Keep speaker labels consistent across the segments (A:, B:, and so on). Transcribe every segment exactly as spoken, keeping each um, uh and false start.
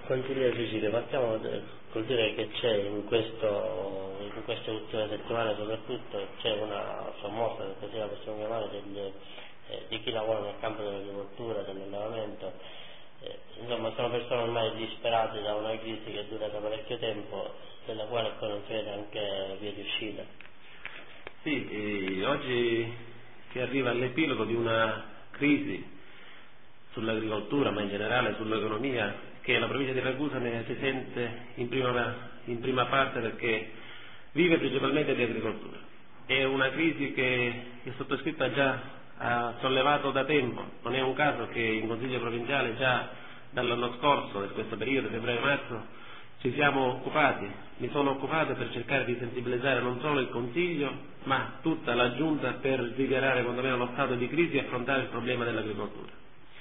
A: Consigliere Sicilia, partiamo col dire che c'è in, questo, in queste ultime settimane soprattutto c'è una sommossa, se così la possiamo chiamare, degli, eh, di chi lavora nel campo dell'agricoltura, dell'allevamento. Eh, insomma, sono persone ormai disperate da una crisi che dura da parecchio tempo, della quale poi non si vede anche via di uscita.
B: Sì, e oggi si arriva all'epilogo di una crisi sull'agricoltura, ma in generale sull'economia, che la provincia di Ragusa ne si sente in prima, in prima parte perché vive principalmente di agricoltura. È una crisi che il sottoscritto ha già ha sollevato da tempo, non è un caso che in Consiglio provinciale già dall'anno scorso, in questo periodo, febbraio-marzo, ci siamo occupati, mi sono occupato per cercare di sensibilizzare non solo il Consiglio, ma tutta la Giunta per dichiarare quantomeno lo stato di crisi e affrontare il problema dell'agricoltura.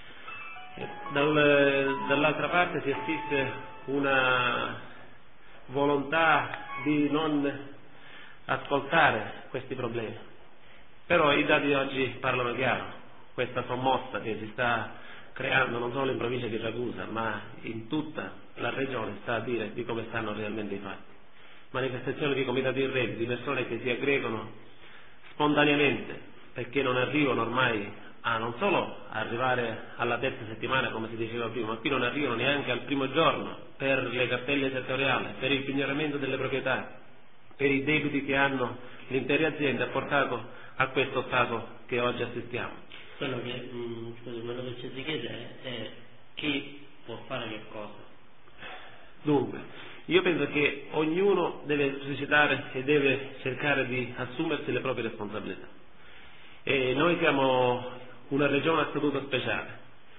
B: Dal, dall'altra parte si assiste una volontà di non ascoltare questi problemi, però i dati di oggi parlano chiaro. Questa sommossa che si sta creando non solo in provincia di Ragusa ma in tutta la regione sta a dire di come stanno realmente i fatti. Manifestazioni di comitati in rete, di persone che si aggregano spontaneamente perché non arrivano ormai a non solo arrivare alla terza settimana come si diceva prima, ma qui non arrivano neanche al primo giorno per le cartelle settoriali, per il pignoramento delle proprietà, per i debiti che hanno l'intera azienda, ha portato a questo stato che oggi assistiamo.
A: Quello che, mh, scusi, quello che ci si chiede è, è chi può fare che cosa.
B: Dunque, io penso che ognuno deve suscitare e deve cercare di assumersi le proprie responsabilità. E noi siamo una regione a statuto speciale,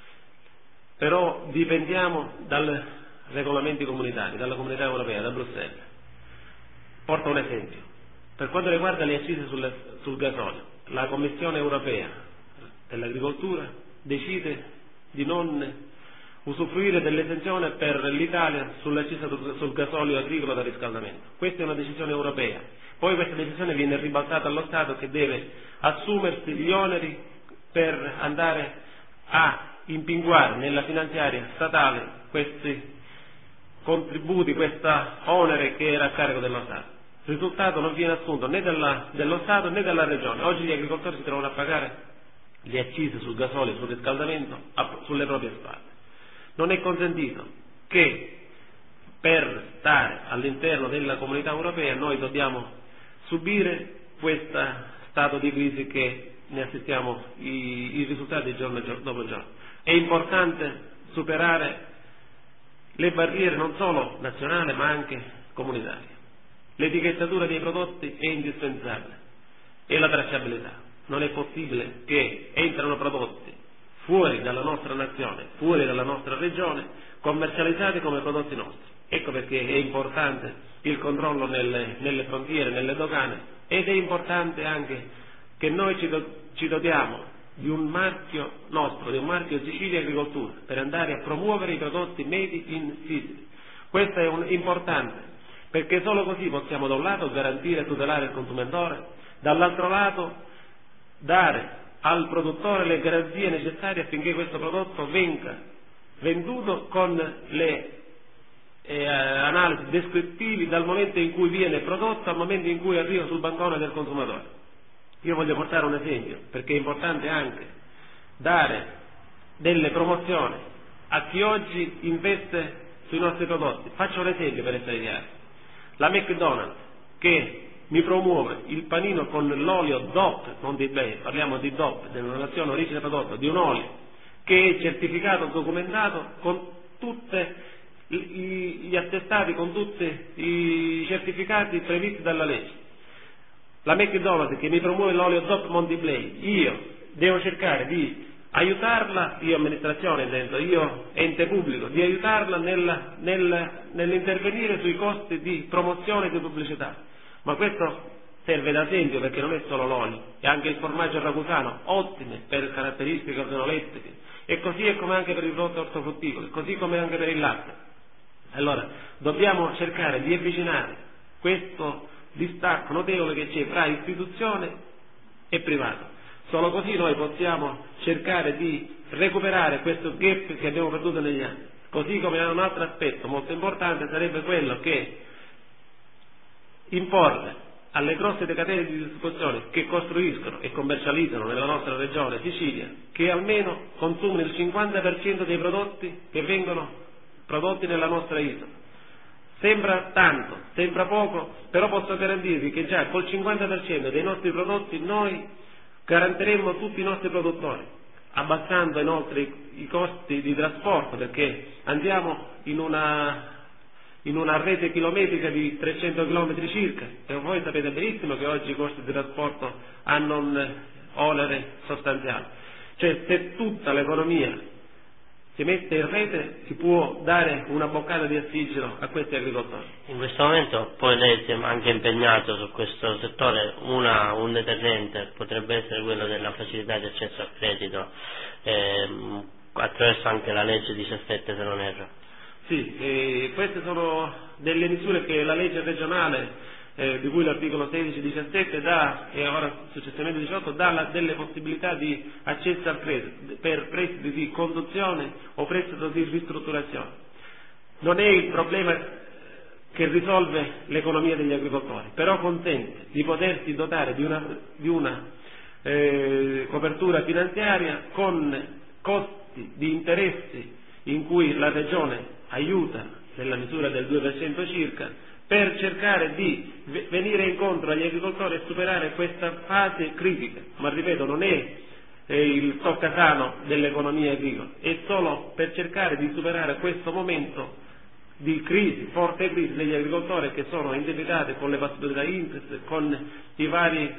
B: però dipendiamo dai regolamenti comunitari, dalla comunità europea, da Bruxelles. Porto un esempio. Per quanto riguarda le accise sul, sul gasolio, la Commissione europea dell'agricoltura decide di non usufruire dell'esenzione per l'Italia sull'accisa sul gasolio agricolo da riscaldamento. Questa è una decisione europea. Poi questa decisione viene ribaltata allo Stato che deve assumersi gli oneri per andare a impinguare nella finanziaria statale questi contributi, questo onere che era a carico dello Stato. Il risultato non viene assunto né della, dello Stato né della Regione. Oggi gli agricoltori si trovano a pagare le accise sul gasolio e sul riscaldamento a, sulle proprie spalle. Non è consentito che per stare all'interno della comunità europea noi dobbiamo subire questo stato di crisi che ne assistiamo i, i risultati giorno dopo giorno. È importante superare le barriere non solo nazionali ma anche comunitarie. L'etichettatura dei prodotti è indispensabile e la tracciabilità. Non è possibile che entrano prodotti fuori dalla nostra nazione, fuori dalla nostra regione, commercializzati come prodotti nostri. Ecco perché è importante il controllo nelle, nelle frontiere, nelle dogane, ed è importante anche che noi ci, do, ci dotiamo di un marchio nostro, di un marchio Sicilia Agricoltura, per andare a promuovere i prodotti made in Sicily. Questo è un, importante, perché solo così possiamo da un lato garantire e tutelare il consumatore, dall'altro lato dare al produttore le garanzie necessarie affinché questo prodotto venga venduto con le eh, analisi descrittivi dal momento in cui viene prodotto al momento in cui arriva sul bancone del consumatore. Io voglio portare un esempio, perché è importante anche dare delle promozioni a chi oggi investe sui nostri prodotti. Faccio un esempio per essere chiaro. La McDonald's, che mi promuove il panino con l'olio D O P, non di bene, parliamo di D O P, denominazione origine prodotto, di un olio che è certificato, documentato con tutti gli attestati, con tutti i certificati previsti dalla legge. La McDonald's che mi promuove l'olio D O P Montiplay, io devo cercare di aiutarla, io amministrazione intendo, io ente pubblico, di aiutarla nel, nel, nell'intervenire sui costi di promozione e di pubblicità. Ma questo serve da esempio, perché non è solo l'olio, è anche il formaggio ragusano, ottime per caratteristiche organolettiche, e così è come anche per i prodotti ortofrutticoli, così come anche per il latte. Allora, dobbiamo cercare di avvicinare questo distacco notevole che c'è fra istituzione e privato. Solo così noi possiamo cercare di recuperare questo gap che abbiamo perduto negli anni. Così come un altro aspetto molto importante sarebbe quello che imporre alle grosse catene di distribuzione che costruiscono e commercializzano nella nostra regione Sicilia che almeno consumino il cinquanta per cento dei prodotti che vengono prodotti nella nostra isola. Sembra tanto, sembra poco, però posso garantirvi che già col cinquanta per cento dei nostri prodotti noi garantiremmo tutti i nostri produttori, abbassando inoltre i, i costi di trasporto, perché andiamo in una, in una rete chilometrica di trecento chilometri circa, e voi sapete benissimo che oggi i costi di trasporto hanno un onere sostanziale. Cioè, se tutta l'economia si mette in rete, si può dare una boccata di ossigeno a questi agricoltori.
A: In questo momento poi lei si è anche impegnato su questo settore, una, un deterrente potrebbe essere quello della facilità di accesso al credito, ehm, attraverso anche la legge diciassette, se non erro.
B: Sì, eh, queste sono delle misure che la legge regionale, eh, di cui l'articolo sedici diciassette dà, e ora successivamente diciotto, dà la, delle possibilità di accesso al credito per prestiti di conduzione o prestito di ristrutturazione. Non è il problema che risolve l'economia degli agricoltori, però consente di potersi dotare di una, di una eh, copertura finanziaria con costi di interessi in cui la Regione aiuta nella misura del due per cento circa, per cercare di venire incontro agli agricoltori e superare questa fase critica. Ma ripeto, non è eh, il toccasano dell'economia agricola, è solo per cercare di superare questo momento di crisi, forte crisi degli agricoltori che sono indebitati con le possibilità interest, con i vari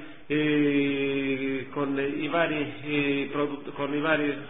B: eh, con i vari eh, prodotti, con i vari eh,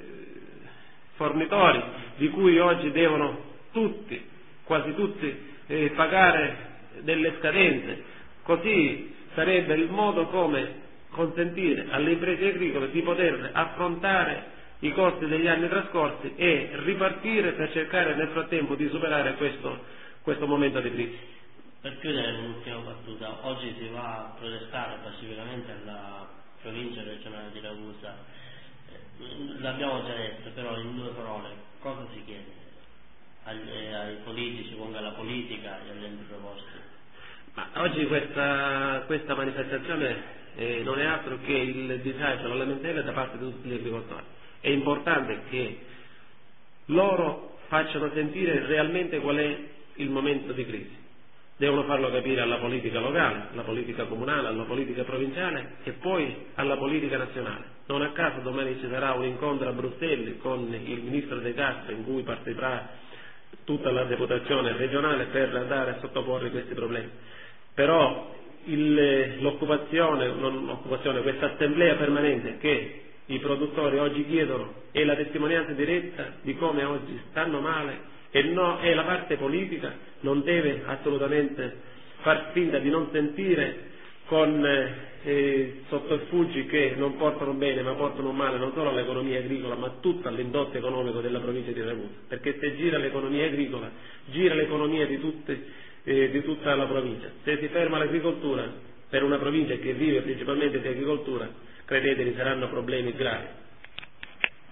B: fornitori di cui oggi devono tutti, quasi tutti, eh, pagare delle scadenze. Così sarebbe il modo come consentire alle imprese agricole di poter affrontare i costi degli anni trascorsi e ripartire per cercare nel frattempo di superare questo, questo momento di crisi.
A: Per chiudere l'ultima battuta, oggi si va a protestare pacificamente alla provincia regionale di Ragusa, eh, l'abbiamo già detto, però in due parole cosa si chiede agli, ai politici, comunque alla politica e agli enti proposti?
B: Ma oggi questa, questa manifestazione eh, non è altro che il disagio, la lamentela da parte di tutti gli agricoltori. È importante che loro facciano sentire realmente qual è il momento di crisi. Devono farlo capire alla politica locale, alla politica comunale, alla politica provinciale e poi alla politica nazionale. Non a caso domani ci sarà un incontro a Bruxelles con il ministro De Castro in cui parteciperà tutta la deputazione regionale per andare a sottoporre questi problemi. Però il, l'occupazione, non l'occupazione, questa assemblea permanente che i produttori oggi chiedono è la testimonianza diretta di come oggi stanno male e, no, e la parte politica non deve assolutamente far finta di non sentire con eh, sotterfugi che non portano bene ma portano male non solo all'economia agricola ma tutto all'indotto economico della provincia di Ragusa, perché se gira l'economia agricola gira l'economia di, tutte, eh, di tutta la provincia. Se si ferma l'agricoltura per una provincia che vive principalmente di agricoltura, credetemi, saranno problemi gravi.